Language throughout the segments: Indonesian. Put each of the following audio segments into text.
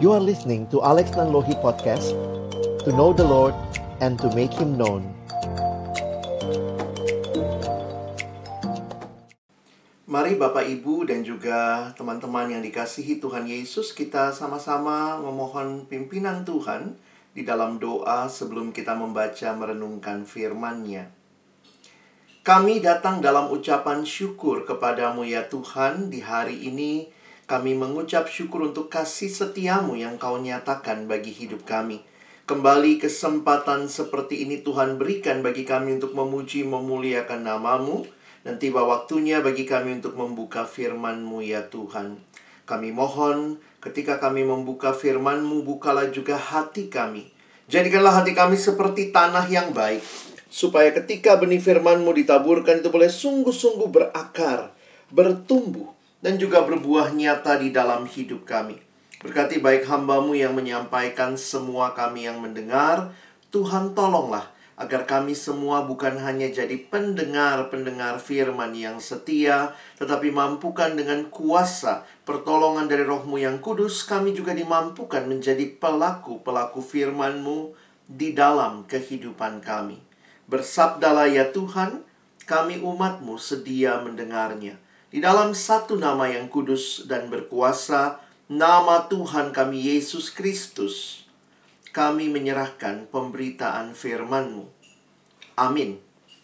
You are listening to Alex Nanlohi Podcast, to know the Lord and to make Him known. Mari Bapak Ibu dan juga teman-teman yang dikasihi Tuhan Yesus, kita sama-sama memohon pimpinan Tuhan di dalam doa sebelum kita membaca merenungkan firman-Nya. Kami datang dalam ucapan syukur kepadamu ya Tuhan. Di hari ini kami mengucap syukur untuk kasih setiamu yang Kau nyatakan bagi hidup kami. Kembali kesempatan seperti ini Tuhan berikan bagi kami untuk memuji memuliakan nama-Mu. Dan tiba waktunya bagi kami untuk membuka firman-Mu ya Tuhan. Kami mohon ketika kami membuka firman-Mu, bukalah juga hati kami. Jadikanlah hati kami seperti tanah yang baik, supaya ketika benih firman-Mu ditaburkan itu boleh sungguh-sungguh berakar, bertumbuh, dan juga berbuah nyata di dalam hidup kami. Berkati baik hamba-Mu yang menyampaikan, semua kami yang mendengar. Tuhan tolonglah agar kami semua bukan hanya jadi pendengar-pendengar firman yang setia, tetapi mampukan dengan kuasa pertolongan dari Roh-Mu yang kudus, kami juga dimampukan menjadi pelaku-pelaku firman-Mu di dalam kehidupan kami. Bersabdalah ya Tuhan, kami umat-Mu sedia mendengarnya. Di dalam satu nama yang kudus dan berkuasa, nama Tuhan kami Yesus Kristus, kami menyerahkan pemberitaan firman-Mu. Amin.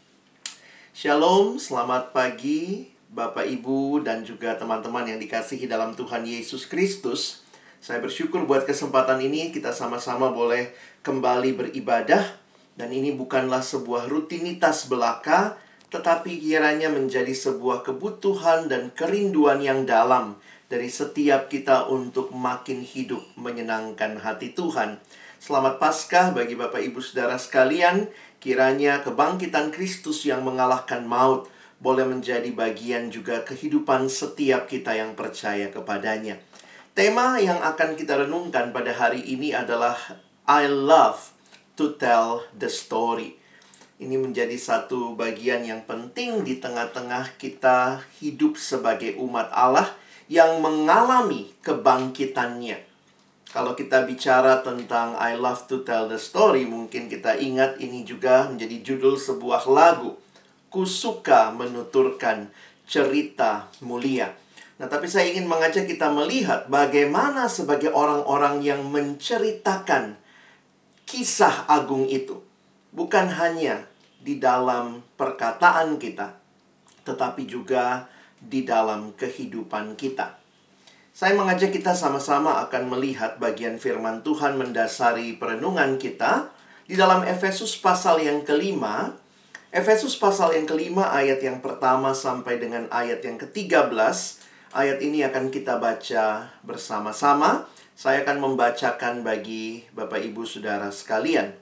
Shalom, selamat pagi Bapak Ibu dan juga teman-teman yang dikasihi dalam Tuhan Yesus Kristus. Saya bersyukur buat kesempatan ini kita sama-sama boleh kembali beribadah. Dan ini bukanlah sebuah rutinitas belaka, tetapi kiranya menjadi sebuah kebutuhan dan kerinduan yang dalam dari setiap kita untuk makin hidup menyenangkan hati Tuhan. Selamat Paskah bagi Bapak Ibu Saudara sekalian. Kiranya kebangkitan Kristus yang mengalahkan maut boleh menjadi bagian juga kehidupan setiap kita yang percaya kepadanya. Tema yang akan kita renungkan pada hari ini adalah I love to tell the story. Ini menjadi satu bagian yang penting di tengah-tengah kita hidup sebagai umat Allah yang mengalami kebangkitannya. Kalau kita bicara tentang I love to tell the story, mungkin kita ingat ini juga menjadi judul sebuah lagu. Ku suka menuturkan cerita mulia. Nah, tapi saya ingin mengajak kita melihat bagaimana sebagai orang-orang yang menceritakan kisah agung itu. Bukan hanya di dalam perkataan kita, tetapi juga di dalam kehidupan kita. Saya mengajak kita sama-sama akan melihat bagian firman Tuhan mendasari perenungan kita di dalam Efesus pasal yang kelima. Efesus pasal yang kelima ayat yang pertama sampai dengan ayat yang ke-13. Ayat ini akan kita baca bersama-sama. Saya akan membacakan bagi Bapak Ibu Saudara sekalian.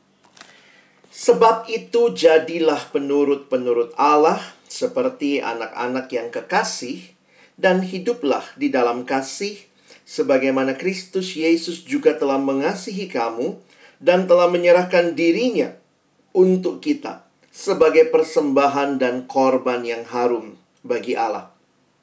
Sebab itu jadilah penurut-penurut Allah seperti anak-anak yang kekasih, dan hiduplah di dalam kasih, sebagaimana Kristus Yesus juga telah mengasihi kamu, dan telah menyerahkan dirinya untuk kita, sebagai persembahan dan korban yang harum bagi Allah.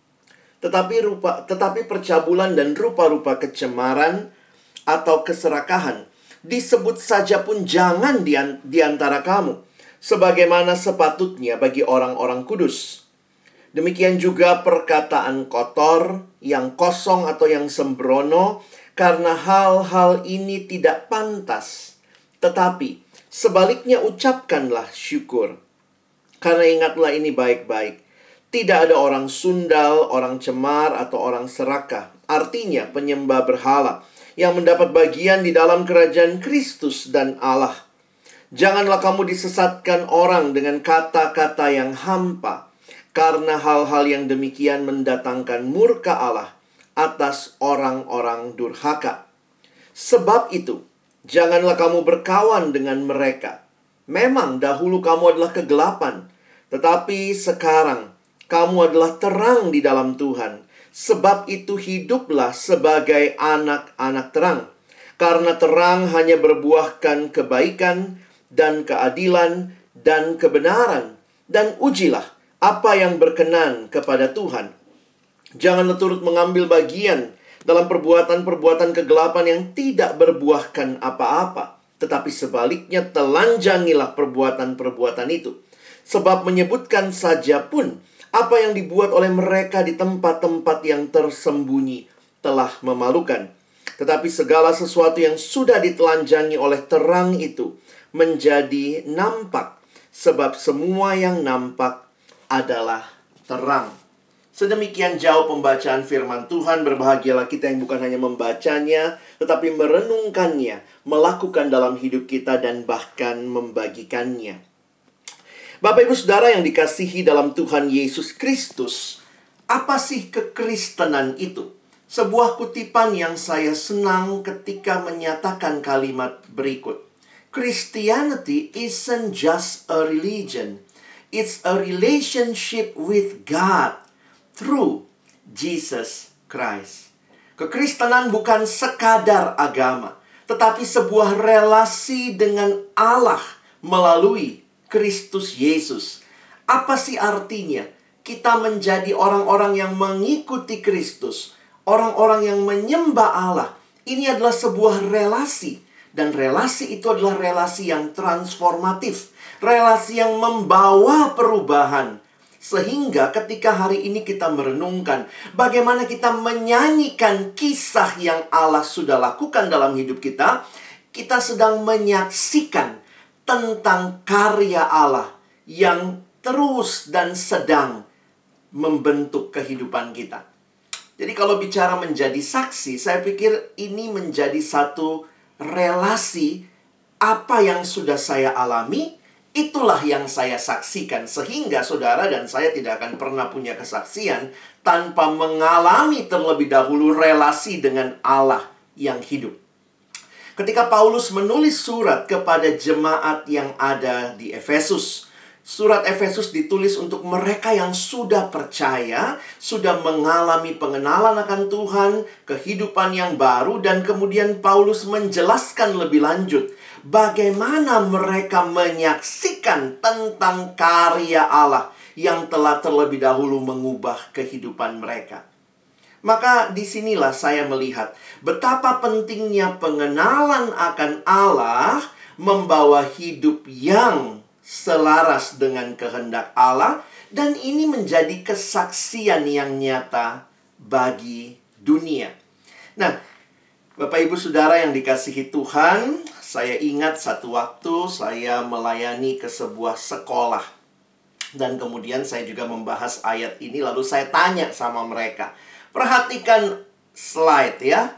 Tetapi percabulan dan rupa-rupa kecemaran atau keserakahan disebut saja pun jangan di antara kamu, sebagaimana sepatutnya bagi orang-orang kudus. Demikian juga perkataan kotor, yang kosong atau yang sembrono, karena hal-hal ini tidak pantas. Tetapi sebaliknya ucapkanlah syukur. Karena ingatlah ini baik-baik. Tidak ada orang sundal, orang cemar, atau orang serakah. Artinya penyembah berhala yang mendapat bagian di dalam kerajaan Kristus dan Allah. Janganlah kamu disesatkan orang dengan kata-kata yang hampa, karena hal-hal yang demikian mendatangkan murka Allah atas orang-orang durhaka. Sebab itu, janganlah kamu berkawan dengan mereka. Memang dahulu kamu adalah kegelapan, tetapi sekarang kamu adalah terang di dalam Tuhan. Sebab itu hiduplah sebagai anak-anak terang. Karena terang hanya berbuahkan kebaikan dan keadilan dan kebenaran. Dan ujilah apa yang berkenan kepada Tuhan. Janganlah turut mengambil bagian dalam perbuatan-perbuatan kegelapan yang tidak berbuahkan apa-apa. Tetapi sebaliknya telanjangilah perbuatan-perbuatan itu. Sebab menyebutkan saja pun apa yang dibuat oleh mereka di tempat-tempat yang tersembunyi telah memalukan. Tetapi segala sesuatu yang sudah ditelanjangi oleh terang itu menjadi nampak. Sebab semua yang nampak adalah terang. Sedemikian jauh pembacaan firman Tuhan. Berbahagialah kita yang bukan hanya membacanya, tetapi merenungkannya, melakukan dalam hidup kita, dan bahkan membagikannya. Bapak Ibu Saudara yang dikasihi dalam Tuhan Yesus Kristus, apa sih kekristenan itu? Sebuah kutipan yang saya senang ketika menyatakan kalimat berikut. Christianity isn't just a religion. It's a relationship with God through Jesus Christ. Kekristenan bukan sekadar agama, tetapi sebuah relasi dengan Allah melalui Kristus Yesus. Apa sih artinya? Kita menjadi orang-orang yang mengikuti Kristus, orang-orang yang menyembah Allah. Ini adalah sebuah relasi, dan relasi itu adalah relasi yang transformatif, relasi yang membawa perubahan. Sehingga ketika hari ini kita merenungkan bagaimana kita menyanyikan kisah yang Allah sudah lakukan dalam hidup kita, kita sedang menyaksikan tentang karya Allah yang terus dan sedang membentuk kehidupan kita. Jadi kalau bicara menjadi saksi, saya pikir ini menjadi satu relasi. Apa yang sudah saya alami, itulah yang saya saksikan. Sehingga saudara dan saya tidak akan pernah punya kesaksian tanpa mengalami terlebih dahulu relasi dengan Allah yang hidup. Ketika Paulus menulis surat kepada jemaat yang ada di Efesus, surat Efesus ditulis untuk mereka yang sudah percaya, sudah mengalami pengenalan akan Tuhan, kehidupan yang baru, dan kemudian Paulus menjelaskan lebih lanjut bagaimana mereka menyaksikan tentang karya Allah yang telah terlebih dahulu mengubah kehidupan mereka. Maka disinilah saya melihat betapa pentingnya pengenalan akan Allah membawa hidup yang selaras dengan kehendak Allah, dan ini menjadi kesaksian yang nyata bagi dunia. Nah, Bapak Ibu Saudara yang dikasihi Tuhan, saya ingat satu waktu saya melayani ke sebuah sekolah. Dan kemudian saya juga membahas ayat ini, lalu saya tanya sama mereka. Perhatikan slide ya,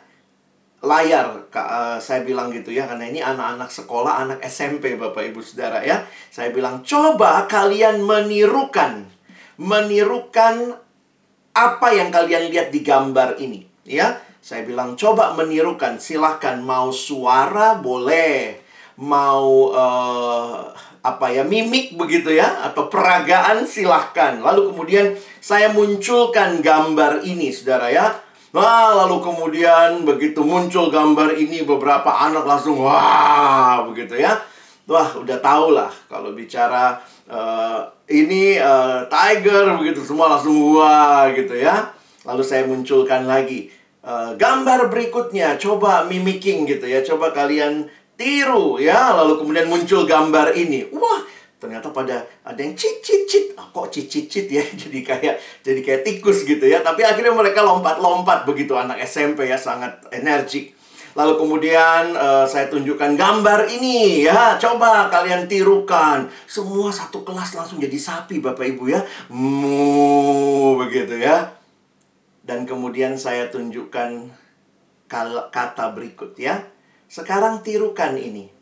layar, saya bilang gitu ya, karena ini anak-anak sekolah, anak SMP Bapak Ibu Saudara ya. Saya bilang, coba kalian menirukan apa yang kalian lihat di gambar ini ya. Saya bilang, coba menirukan, silahkan, mau suara boleh, mau mimik begitu ya, atau peragaan silahkan. Lalu kemudian saya munculkan gambar ini saudara ya. Nah, lalu kemudian begitu muncul gambar ini, beberapa anak langsung wah begitu ya. Wah, udah tau lah kalau bicara tiger begitu, semua langsung wah gitu ya. Lalu saya munculkan lagi gambar berikutnya, coba mimicking gitu ya, coba kalian tiru ya. Lalu kemudian muncul gambar ini, wah ternyata pada ada yang cicit-cicit. Kok cicit-cicit ya, jadi kayak tikus gitu ya. Tapi akhirnya mereka lompat-lompat begitu, anak SMP ya, sangat energik. Lalu kemudian saya tunjukkan gambar ini ya, coba kalian tirukan. Semua satu kelas langsung jadi sapi Bapak Ibu ya, begitu ya. Dan kemudian saya tunjukkan kata berikut ya. Sekarang tirukan ini.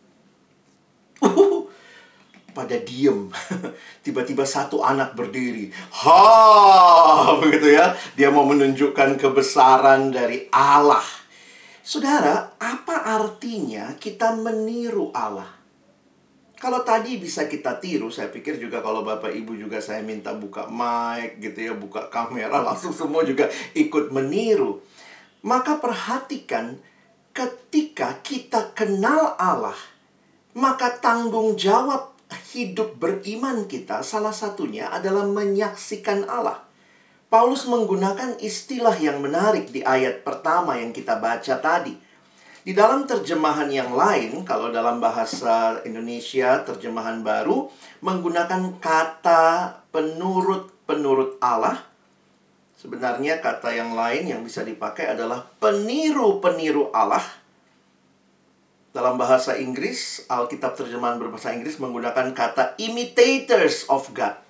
Pada diem. Tiba-tiba satu anak berdiri. Begitu ya. Dia mau menunjukkan kebesaran dari Allah. Saudara, apa artinya kita meniru Allah? Kalau tadi bisa kita tiru, saya pikir juga kalau Bapak Ibu juga saya minta buka mic gitu ya, buka kamera, langsung semua juga ikut meniru. Maka perhatikan, ketika kita kenal Allah, maka tanggung jawab hidup beriman kita salah satunya adalah menyaksikan Allah. Paulus menggunakan istilah yang menarik di ayat pertama yang kita baca tadi. Di dalam terjemahan yang lain, kalau dalam bahasa Indonesia, terjemahan baru, menggunakan kata penurut Allah. Sebenarnya kata yang lain yang bisa dipakai adalah peniru-peniru Allah. Dalam bahasa Inggris, Alkitab terjemahan berbahasa Inggris menggunakan kata imitators of God.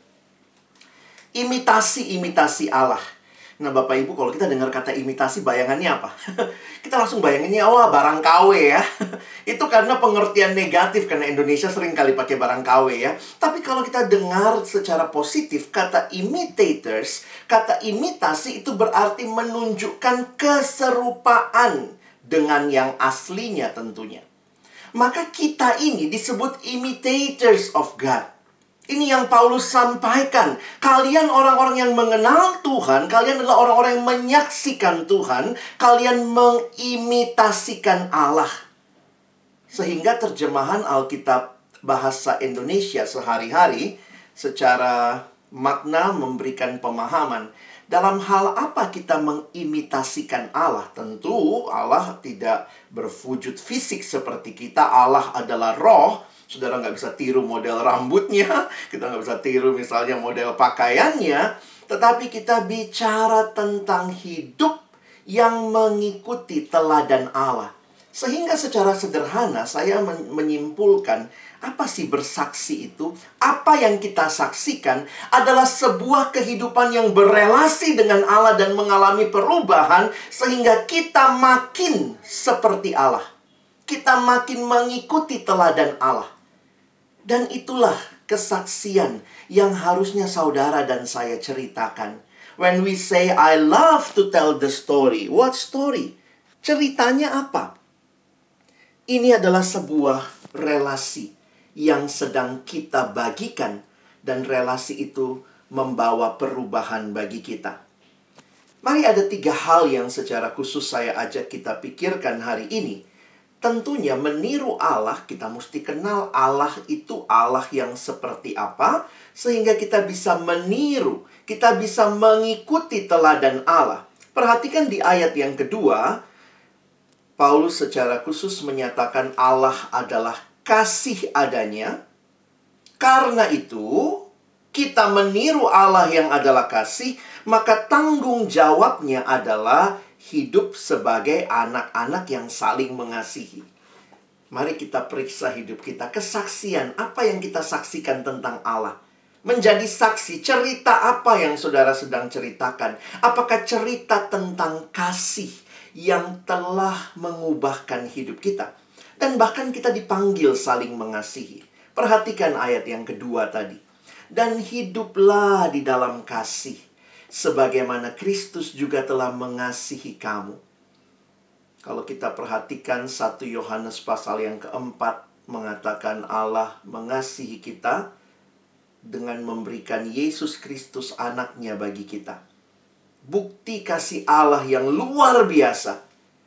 Imitasi-imitasi Allah. Nah, Bapak Ibu, kalau kita dengar kata imitasi, bayangannya apa? Kita langsung bayanginnya, wah, barang KW ya. Itu karena pengertian negatif, karena Indonesia sering kali pakai barang KW ya. Tapi kalau kita dengar secara positif, kata imitators, kata imitasi itu berarti menunjukkan keserupaan dengan yang aslinya tentunya. Maka kita ini disebut imitators of God. Ini yang Paulus sampaikan. Kalian orang-orang yang mengenal Tuhan, kalian adalah orang-orang yang menyaksikan Tuhan, kalian mengimitasikan Allah. Sehingga terjemahan Alkitab bahasa Indonesia sehari-hari secara makna memberikan pemahaman. Dalam hal apa kita mengimitasikan Allah? Tentu Allah tidak berwujud fisik seperti kita. Allah adalah roh. Saudara nggak bisa tiru model rambutnya, kita nggak bisa tiru misalnya model pakaiannya, tetapi kita bicara tentang hidup yang mengikuti teladan Allah. Sehingga secara sederhana saya menyimpulkan, apa sih bersaksi itu? Apa yang kita saksikan adalah sebuah kehidupan yang berelasi dengan Allah dan mengalami perubahan, sehingga kita makin seperti Allah. Kita makin mengikuti teladan Allah. Dan itulah kesaksian yang harusnya saudara dan saya ceritakan. When we say, I love to tell the story. What story? Ceritanya apa? Ini adalah sebuah relasi yang sedang kita bagikan. Dan relasi itu membawa perubahan bagi kita. Mari ada 3 hal yang secara khusus saya ajak kita pikirkan hari ini. Tentunya meniru Allah, kita mesti kenal Allah itu Allah yang seperti apa, sehingga kita bisa meniru, kita bisa mengikuti teladan Allah. Perhatikan di ayat yang kedua, Paulus secara khusus menyatakan Allah adalah kasih adanya. Karena itu, kita meniru Allah yang adalah kasih, maka tanggung jawabnya adalah hidup sebagai anak-anak yang saling mengasihi. Mari kita periksa hidup kita. Kesaksian, apa yang kita saksikan tentang Allah? Menjadi saksi, cerita apa yang saudara sedang ceritakan? Apakah cerita tentang kasih yang telah mengubahkan hidup kita? Dan bahkan kita dipanggil saling mengasihi. Perhatikan ayat yang kedua tadi. Dan hiduplah di dalam kasih, sebagaimana Kristus juga telah mengasihi kamu. Kalau kita perhatikan 1 Yohanes pasal yang keempat mengatakan Allah mengasihi kita dengan memberikan Yesus Kristus anaknya bagi kita. Bukti kasih Allah yang luar biasa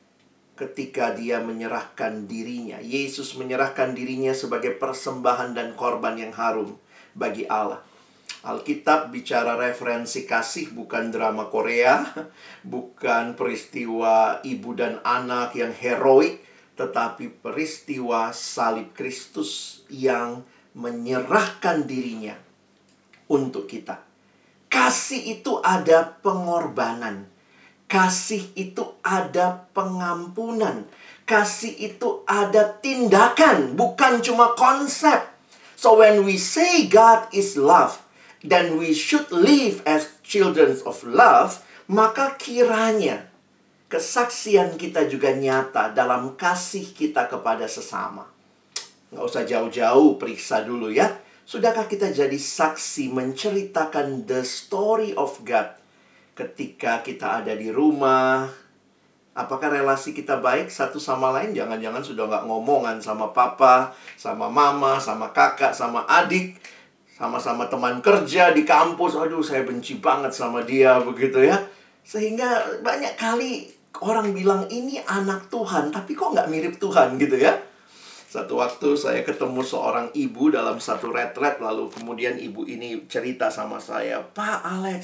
ketika dia menyerahkan dirinya. Yesus menyerahkan dirinya sebagai persembahan dan korban yang harum bagi Allah. Alkitab bicara referensi kasih, bukan drama Korea, bukan peristiwa ibu dan anak yang heroik, tetapi peristiwa salib Kristus yang menyerahkan dirinya untuk kita. Kasih itu ada pengorbanan. Kasih itu ada pengampunan. Kasih itu ada tindakan, bukan cuma konsep. So when we say God is love, dan we should live as children of love, maka kiranya kesaksian kita juga nyata dalam kasih kita kepada sesama. Nggak usah jauh-jauh, periksa dulu ya. Sudahkah kita jadi saksi menceritakan the story of God ketika kita ada di rumah? Apakah relasi kita baik satu sama lain? Jangan-jangan sudah nggak ngomongan sama papa, sama mama, sama kakak, sama adik, sama-sama teman kerja di kampus. Aduh, saya benci banget sama dia, begitu ya. Sehingga banyak kali orang bilang ini anak Tuhan, tapi kok nggak mirip Tuhan gitu ya. Satu waktu saya ketemu seorang ibu dalam satu retret, lalu kemudian ibu ini cerita sama saya, Pak Alex,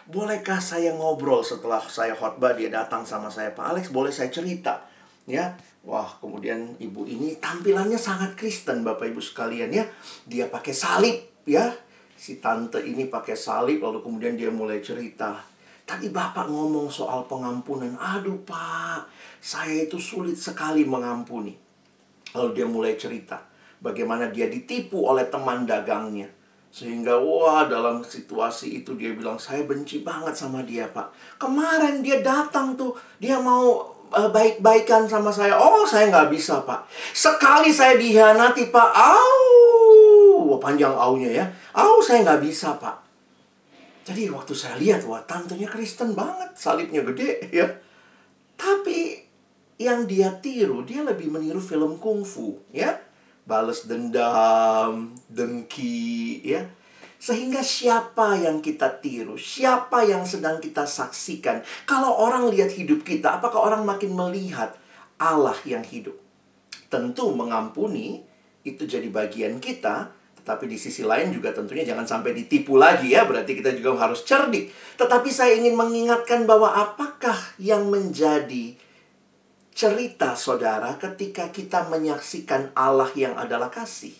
bolehkah saya ngobrol setelah saya khotbah? Dia datang sama saya, Pak Alex, boleh saya cerita? Ya, wah, kemudian ibu ini tampilannya sangat Kristen, Bapak Ibu sekalian ya. Dia pakai salib ya. Si tante ini pakai salib, lalu kemudian dia mulai cerita. Tadi Bapak ngomong soal pengampunan. Aduh Pak, saya itu sulit sekali mengampuni. Lalu dia mulai cerita bagaimana dia ditipu oleh teman dagangnya. Sehingga wah, dalam situasi itu dia bilang, saya benci banget sama dia Pak. Kemarin dia datang tuh, dia mau baik-baikan sama saya. Oh, saya nggak bisa Pak. Sekali saya dihianati Pak. Wah, panjang aunya ya. Saya nggak bisa Pak. Jadi waktu saya lihat, wah, tantenya Kristen banget, salibnya gede ya. Tapi yang dia tiru, dia lebih meniru film kungfu ya. Balas dendam, dengki ya. Sehingga siapa yang kita tiru, siapa yang sedang kita saksikan. Kalau orang lihat hidup kita, apakah orang makin melihat Allah yang hidup? Tentu mengampuni itu jadi bagian kita. Tetapi di sisi lain juga tentunya jangan sampai ditipu lagi ya. Berarti kita juga harus cerdik. Tetapi saya ingin mengingatkan bahwa apakah yang menjadi cerita saudara ketika kita menyaksikan Allah yang adalah kasih.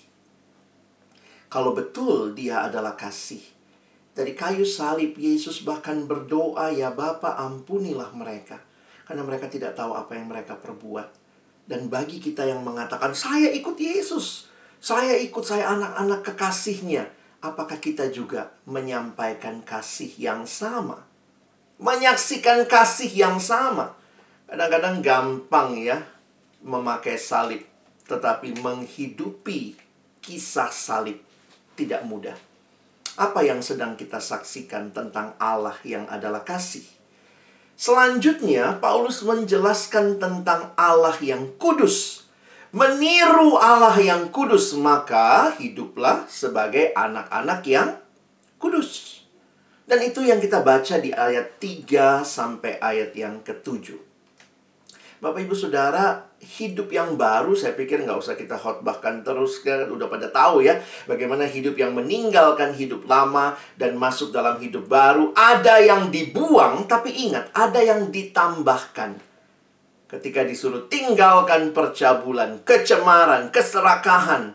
Kalau betul dia adalah kasih, dari kayu salib Yesus bahkan berdoa, ya Bapa ampunilah mereka, karena mereka tidak tahu apa yang mereka perbuat. Dan bagi kita yang mengatakan, saya ikut Yesus, saya anak-anak kekasihnya, apakah kita juga menyampaikan kasih yang sama? Menyaksikan kasih yang sama. Kadang-kadang gampang ya memakai salib, tetapi menghidupi kisah salib tidak mudah. Apa yang sedang kita saksikan tentang Allah yang adalah kasih? Selanjutnya, Paulus menjelaskan tentang Allah yang kudus. Meniru Allah yang kudus, maka hiduplah sebagai anak-anak yang kudus. Dan itu yang kita baca di ayat 3 sampai ayat yang ke-7. Bapak Ibu Saudara, hidup yang baru saya pikir nggak usah kita khotbahkan terus, kan udah pada tahu ya bagaimana hidup yang meninggalkan hidup lama dan masuk dalam hidup baru. Ada yang dibuang, tapi ingat, ada yang ditambahkan. Ketika disuruh tinggalkan percabulan, kecemaran, keserakahan,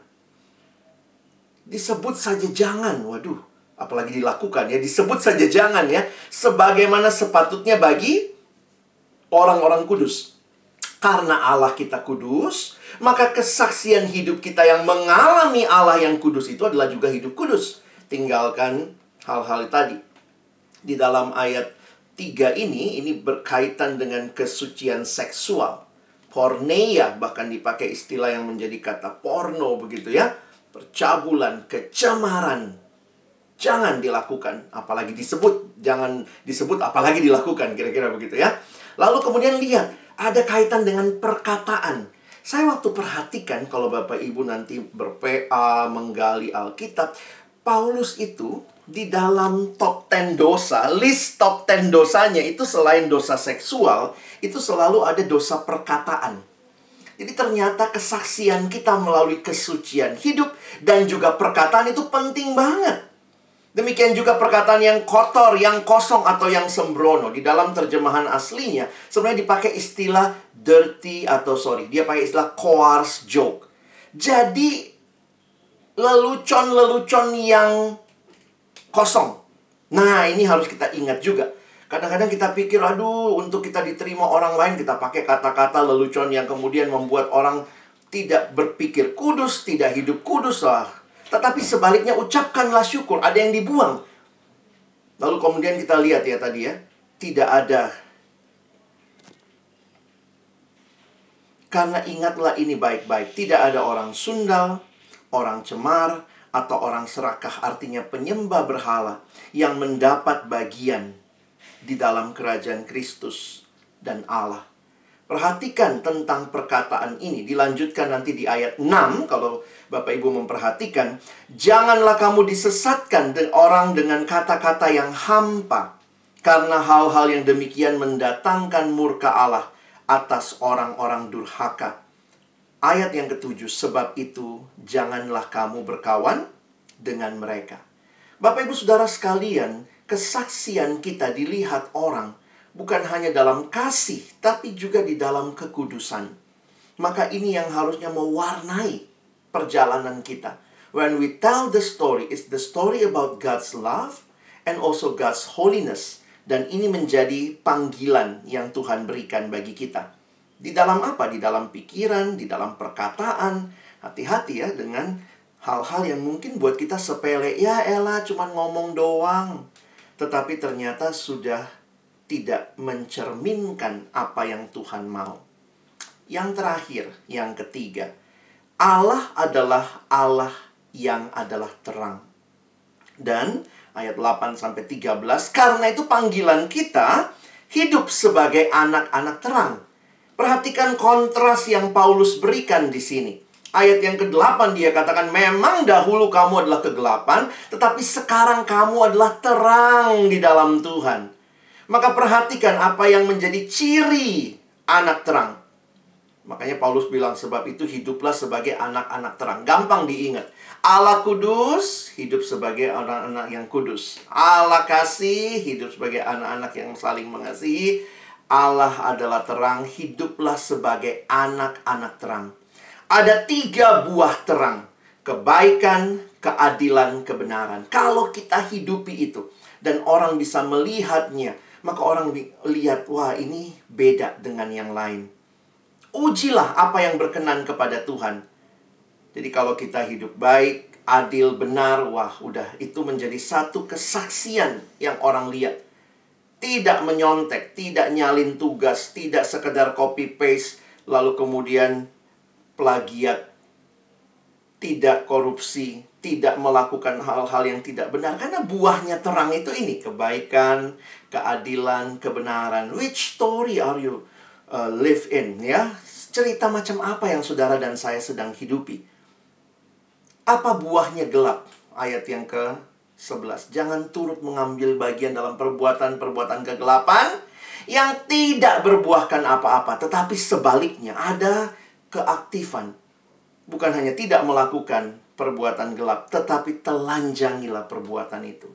disebut saja jangan. Waduh, apalagi dilakukan ya, disebut saja jangan ya, sebagaimana sepatutnya bagi orang-orang kudus. Karena Allah kita kudus, maka kesaksian hidup kita yang mengalami Allah yang kudus itu adalah juga hidup kudus. Tinggalkan hal-hal tadi. Di dalam ayat 3 ini berkaitan dengan kesucian seksual. Porneia, bahkan dipakai istilah yang menjadi kata porno begitu ya. Percabulan, kecemaran. Jangan dilakukan, apalagi disebut. Jangan disebut, apalagi dilakukan, kira-kira begitu ya. Lalu kemudian lihat, ada kaitan dengan perkataan. Saya waktu perhatikan, kalau Bapak Ibu nanti ber-PA, menggali Alkitab, Paulus itu di dalam top 10 dosa, list top 10 dosanya itu selain dosa seksual, itu selalu ada dosa perkataan. Jadi ternyata kesaksian kita melalui kesucian hidup dan juga perkataan itu penting banget. Demikian juga perkataan yang kotor, yang kosong, atau yang sembrono. Di dalam terjemahan aslinya, sebenarnya dipakai istilah dia pakai istilah coarse joke. Jadi, lelucon-lelucon yang kosong. Nah, ini harus kita ingat juga. Kadang-kadang kita pikir, aduh, untuk kita diterima orang lain, kita pakai kata-kata lelucon yang kemudian membuat orang tidak berpikir kudus, tidak hidup kudus lah. Tetapi sebaliknya ucapkanlah syukur. Ada yang dibuang. Lalu kemudian kita lihat ya tadi ya. Tidak ada. Karena ingatlah ini baik-baik. Tidak ada orang sundal, orang cemar, atau orang serakah, artinya penyembah berhala, yang mendapat bagian di dalam kerajaan Kristus dan Allah. Perhatikan tentang perkataan ini. Dilanjutkan nanti di ayat 6. Kalau Bapak Ibu memperhatikan. Janganlah kamu disesatkan orang dengan kata-kata yang hampa. Karena hal-hal yang demikian mendatangkan murka Allah atas orang-orang durhaka. Ayat yang ke-7. Sebab itu janganlah kamu berkawan dengan mereka. Bapak Ibu Saudara sekalian, kesaksian kita dilihat orang bukan hanya dalam kasih, tapi juga di dalam kekudusan. Maka ini yang harusnya mewarnai perjalanan kita. When we tell the story, it's the story about God's love and also God's holiness. Dan ini menjadi panggilan yang Tuhan berikan bagi kita. Di dalam apa? Di dalam pikiran, di dalam perkataan. Hati-hati ya dengan hal-hal yang mungkin buat kita sepele. Ya elah, cuman ngomong doang. Tetapi ternyata sudah tidak mencerminkan apa yang Tuhan mau. Yang terakhir, yang ketiga. Allah adalah Allah yang adalah terang. Dan ayat 8-13, karena itu panggilan kita hidup sebagai anak-anak terang. Perhatikan kontras yang Paulus berikan di sini. Ayat yang ke-8 dia katakan, memang dahulu kamu adalah kegelapan, tetapi sekarang kamu adalah terang di dalam Tuhan. Maka perhatikan apa yang menjadi ciri anak terang. Makanya Paulus bilang, sebab itu hiduplah sebagai anak-anak terang. Gampang diingat. Allah kudus, hidup sebagai anak-anak yang kudus. Allah kasih, hidup sebagai anak-anak yang saling mengasihi. Allah adalah terang, hiduplah sebagai anak-anak terang. Ada 3 buah terang. Kebaikan, keadilan, kebenaran. Kalau kita hidupi itu, dan orang bisa melihatnya, maka orang lihat, wah ini beda dengan yang lain. Ujilah apa yang berkenan kepada Tuhan. Jadi kalau kita hidup baik, adil, benar, wah udah itu menjadi satu kesaksian yang orang lihat. Tidak menyontek, tidak nyalin tugas, tidak sekedar copy paste, lalu kemudian plagiat, tidak korupsi, tidak melakukan hal-hal yang tidak benar. Karena buahnya terang itu ini, kebaikan, keadilan, kebenaran. Which story are you live in, ya? Cerita macam apa yang saudara dan saya sedang hidupi? Apa buahnya gelap? Ayat yang ke-11. Jangan turut mengambil bagian dalam perbuatan-perbuatan kegelapan yang tidak berbuahkan apa-apa. Tetapi sebaliknya ada keaktifan. Bukan hanya tidak melakukan perbuatan gelap, tetapi telanjangilah perbuatan itu.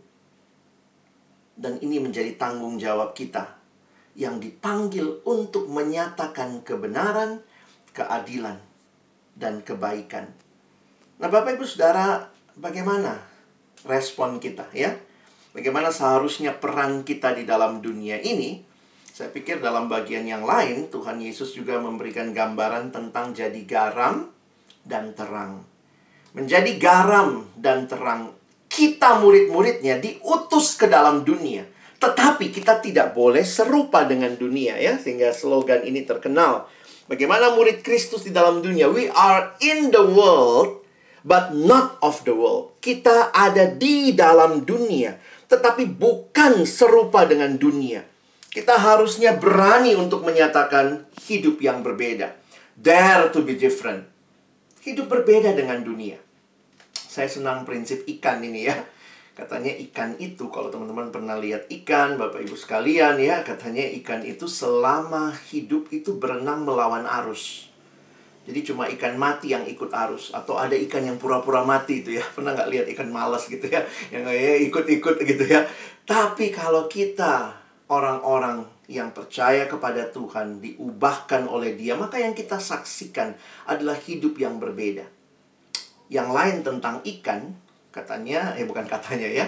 Dan ini menjadi tanggung jawab kita yang dipanggil untuk menyatakan kebenaran, keadilan, dan kebaikan. Nah, Bapak Ibu Saudara, bagaimana respon kita ya? Bagaimana seharusnya peran kita di dalam dunia ini? Saya pikir dalam bagian yang lain, Tuhan Yesus juga memberikan gambaran tentang jadi garam dan terang. Menjadi garam dan terang, kita murid-muridnya diutus ke dalam dunia. Tetapi kita tidak boleh serupa dengan dunia ya, sehingga slogan ini terkenal. Bagaimana murid Kristus di dalam dunia? We are in the world, but not of the world. Kita ada di dalam dunia, tetapi bukan serupa dengan dunia. Kita harusnya berani untuk menyatakan hidup yang berbeda. Dare to be different. Hidup berbeda dengan dunia. Saya senang prinsip ikan ini ya. Katanya ikan itu, kalau teman-teman pernah lihat ikan, Bapak Ibu sekalian ya, katanya ikan itu selama hidup itu berenang melawan arus. Jadi cuma ikan mati yang ikut arus. Atau ada ikan yang pura-pura mati itu ya. Pernah nggak lihat ikan malas gitu ya, yang kayak ikut-ikut gitu ya. Tapi kalau kita orang-orang yang percaya kepada Tuhan, diubahkan oleh Dia, maka yang kita saksikan adalah hidup yang berbeda. Yang lain tentang ikan, katanya, bukan katanya ya,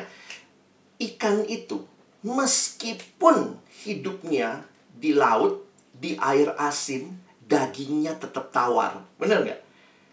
ikan itu meskipun hidupnya di laut, di air asin, dagingnya tetap tawar. Benar nggak?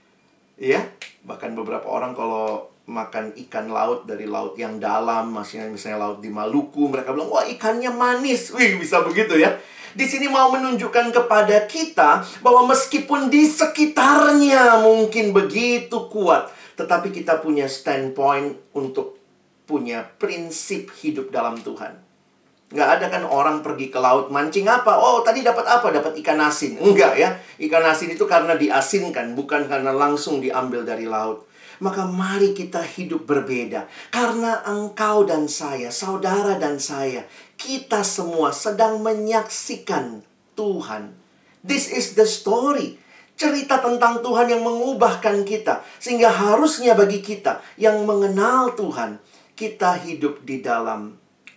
Ya, bahkan beberapa orang kalau makan ikan laut dari laut yang dalam, misalnya laut di Maluku, mereka bilang, wah ikannya manis. Wih, bisa begitu ya. Di sini mau menunjukkan kepada kita bahwa meskipun di sekitarnya mungkin begitu kuat, tetapi kita punya standpoint untuk punya prinsip hidup dalam Tuhan. Nggak ada kan orang pergi ke laut mancing apa? Oh, tadi dapat apa? Dapat ikan asin. Enggak ya. Ikan asin itu karena diasinkan, bukan karena langsung diambil dari laut. Maka mari kita hidup berbeda. Karena engkau dan saya, saudara dan saya, kita semua sedang menyaksikan Tuhan. This is the story. Cerita tentang Tuhan yang mengubahkan kita. Sehingga harusnya bagi kita yang mengenal Tuhan, kita hidup di dalam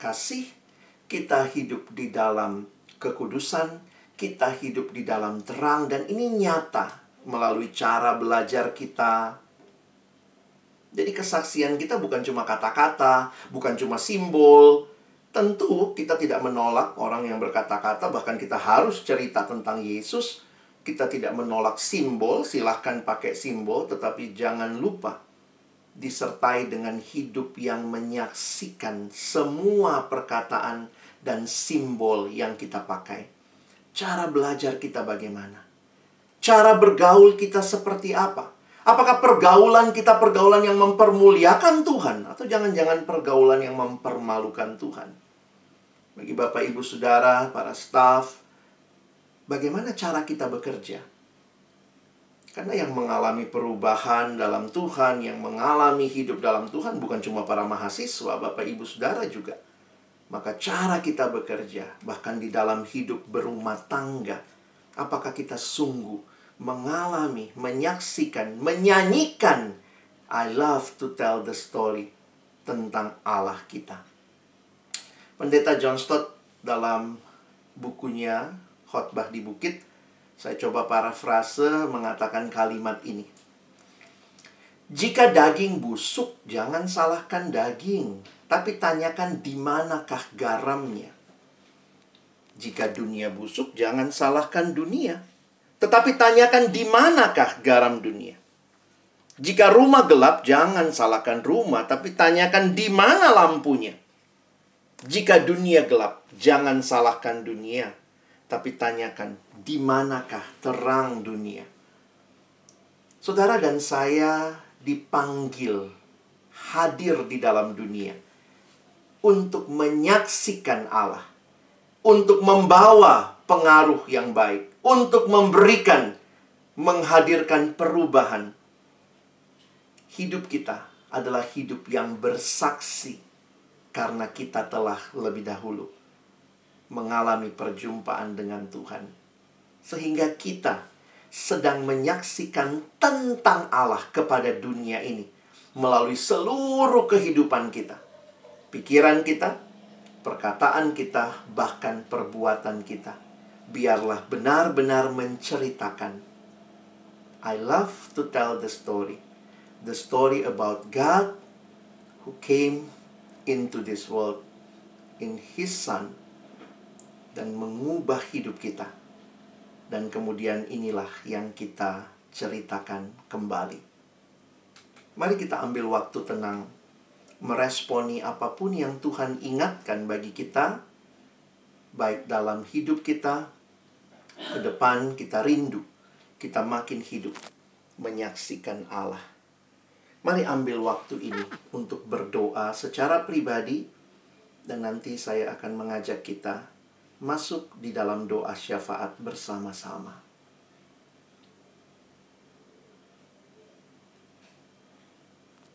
kasih, kita hidup di dalam kekudusan, kita hidup di dalam terang, dan ini nyata melalui cara belajar kita. Jadi kesaksian kita bukan cuma kata-kata, bukan cuma simbol. Tentu kita tidak menolak orang yang berkata-kata, bahkan kita harus cerita tentang Yesus. Kita tidak menolak simbol, silahkan pakai simbol, tetapi jangan lupa disertai dengan hidup yang menyaksikan semua perkataan dan simbol yang kita pakai. Cara belajar kita bagaimana? Cara bergaul kita seperti apa? Apakah pergaulan kita pergaulan yang mempermuliakan Tuhan? Atau jangan-jangan pergaulan yang mempermalukan Tuhan? Bagi Bapak, Ibu, Saudara, para staf, bagaimana cara kita bekerja? Karena yang mengalami perubahan dalam Tuhan, yang mengalami hidup dalam Tuhan, bukan cuma para mahasiswa, Bapak, Ibu, Saudara juga. Maka cara kita bekerja, bahkan di dalam hidup berumah tangga, apakah kita sungguh mengalami, menyaksikan, menyanyikan I love to tell the story tentang Allah kita. Pendeta John Stott dalam bukunya Khotbah di Bukit, saya coba parafrase mengatakan kalimat ini. Jika daging busuk, jangan salahkan daging, tapi tanyakan di manakah garamnya. Jika dunia busuk, jangan salahkan dunia, tetapi tanyakan di manakah garam dunia. Jika rumah gelap, jangan salahkan rumah, tapi tanyakan di mana lampunya. Jika dunia gelap, jangan salahkan dunia, tapi tanyakan di manakah terang dunia. Saudara dan saya dipanggil hadir di dalam dunia untuk menyaksikan Allah, untuk membawa pengaruh yang baik, untuk memberikan, menghadirkan perubahan. Hidup kita adalah hidup yang bersaksi karena kita telah lebih dahulu mengalami perjumpaan dengan Tuhan. Sehingga kita sedang menyaksikan tentang Allah kepada dunia ini melalui seluruh kehidupan kita. Pikiran kita, perkataan kita, bahkan perbuatan kita. Biarlah benar-benar menceritakan. I love to tell the story. The story about God who came into this world in His Son dan mengubah hidup kita. Dan kemudian inilah yang kita ceritakan kembali. Mari kita ambil waktu tenang, meresponi apapun yang Tuhan ingatkan bagi kita, baik dalam hidup kita, ke depan kita rindu, kita makin hidup menyaksikan Allah. Mari ambil waktu ini untuk berdoa secara pribadi, dan nanti saya akan mengajak kita masuk di dalam doa syafaat bersama-sama.